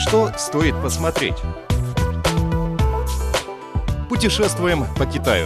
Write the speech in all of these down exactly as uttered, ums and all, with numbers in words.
Что стоит посмотреть? Путешествуем по Китаю.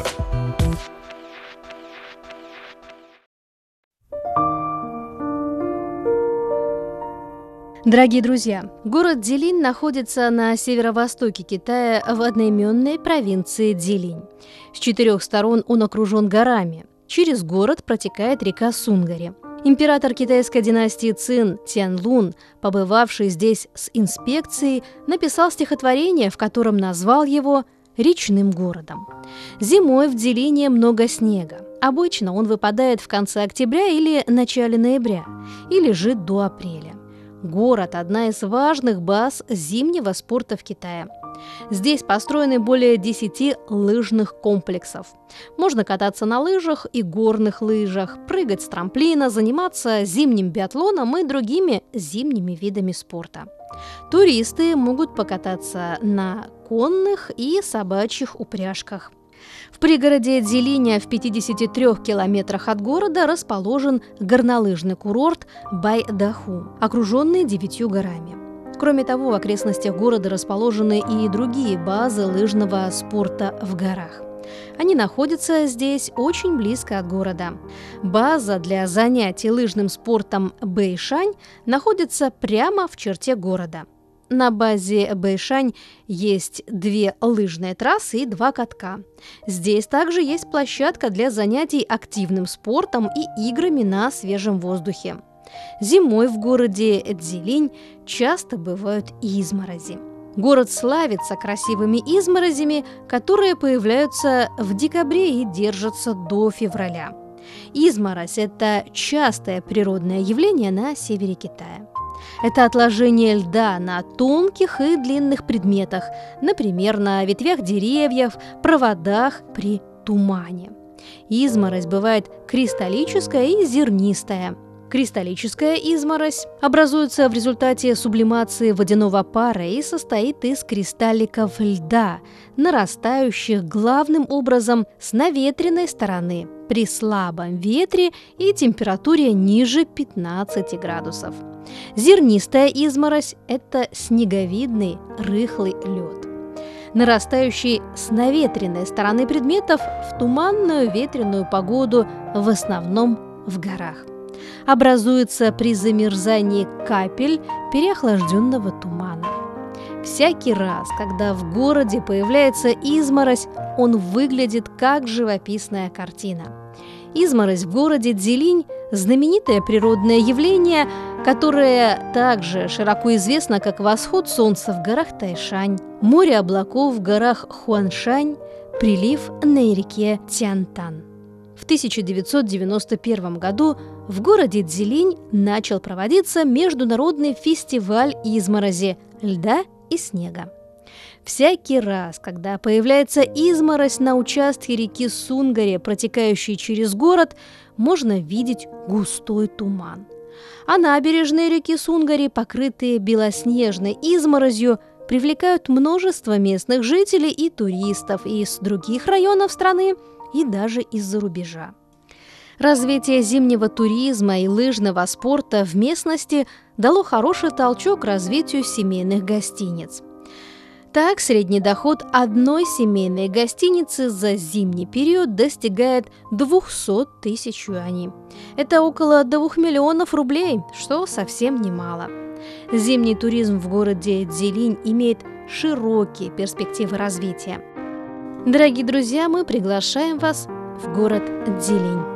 Дорогие друзья, город Дзилинь находится на северо-востоке Китая в одноименной провинции Дзилинь. С четырех сторон он окружен горами. Через город протекает река Сунгари. Император китайской династии Цин Тяньлунь, побывавший здесь с инспекцией, написал стихотворение, в котором назвал его «речным городом». Зимой в Дзилине много снега. Обычно он выпадает в конце октября или начале ноября и лежит до апреля. Город – одна из важных баз зимнего спорта в Китае. Здесь построены более десяти лыжных комплексов. Можно кататься на лыжах и горных лыжах, прыгать с трамплина, заниматься зимним биатлоном и другими зимними видами спорта. Туристы могут покататься на конных и собачьих упряжках. В пригороде Дзилиня в пятидесяти трёх километрах от города расположен горнолыжный курорт Байдаху, окруженный девятью горами. Кроме того, в окрестностях города расположены и другие базы лыжного спорта в горах. Они находятся здесь очень близко от города. База для занятий лыжным спортом Бэйшань находится прямо в черте города. На базе Бэйшань есть две лыжные трассы и два катка. Здесь также есть площадка для занятий активным спортом и играми на свежем воздухе. Зимой в городе Дзилинь часто бывают изморози. Город славится красивыми изморозями, которые появляются в декабре и держатся до февраля. Изморозь – это частое природное явление на севере Китая. Это отложение льда на тонких и длинных предметах, например, на ветвях деревьев, проводах при тумане. Изморозь бывает кристаллическая и зернистая. Кристаллическая изморозь образуется в результате сублимации водяного пара и состоит из кристалликов льда, нарастающих главным образом с наветренной стороны при слабом ветре и температуре ниже пятнадцати градусов. Зернистая изморозь – это снеговидный рыхлый лед, нарастающий с наветренной стороны предметов в туманную ветреную погоду, в основном в горах. Образуется при замерзании капель переохлажденного тумана. Всякий раз, когда в городе появляется изморозь, он выглядит как живописная картина. Изморозь в городе Дзилинь – знаменитое природное явление, которое также широко известно как восход солнца в горах Тайшань, море облаков в горах Хуаншань, прилив на реке Тянтан. В тысяча девятьсот девяносто первом году в городе Дзилинь начал проводиться международный фестиваль изморози, льда и снега. Всякий раз, когда появляется изморозь на участке реки Сунгари, протекающей через город, можно видеть густой туман. А набережные реки Сунгари, покрытые белоснежной изморозью, привлекают множество местных жителей и туристов из других районов страны и даже из-за рубежа. Развитие зимнего туризма и лыжного спорта в местности дало хороший толчок развитию семейных гостиниц. Так, средний доход одной семейной гостиницы за зимний период достигает двухсот тысяч юаней. Это около двух миллионов рублей, что совсем немало. Зимний туризм в городе Дзилинь имеет широкие перспективы развития. Дорогие друзья, мы приглашаем вас в город Дзилинь.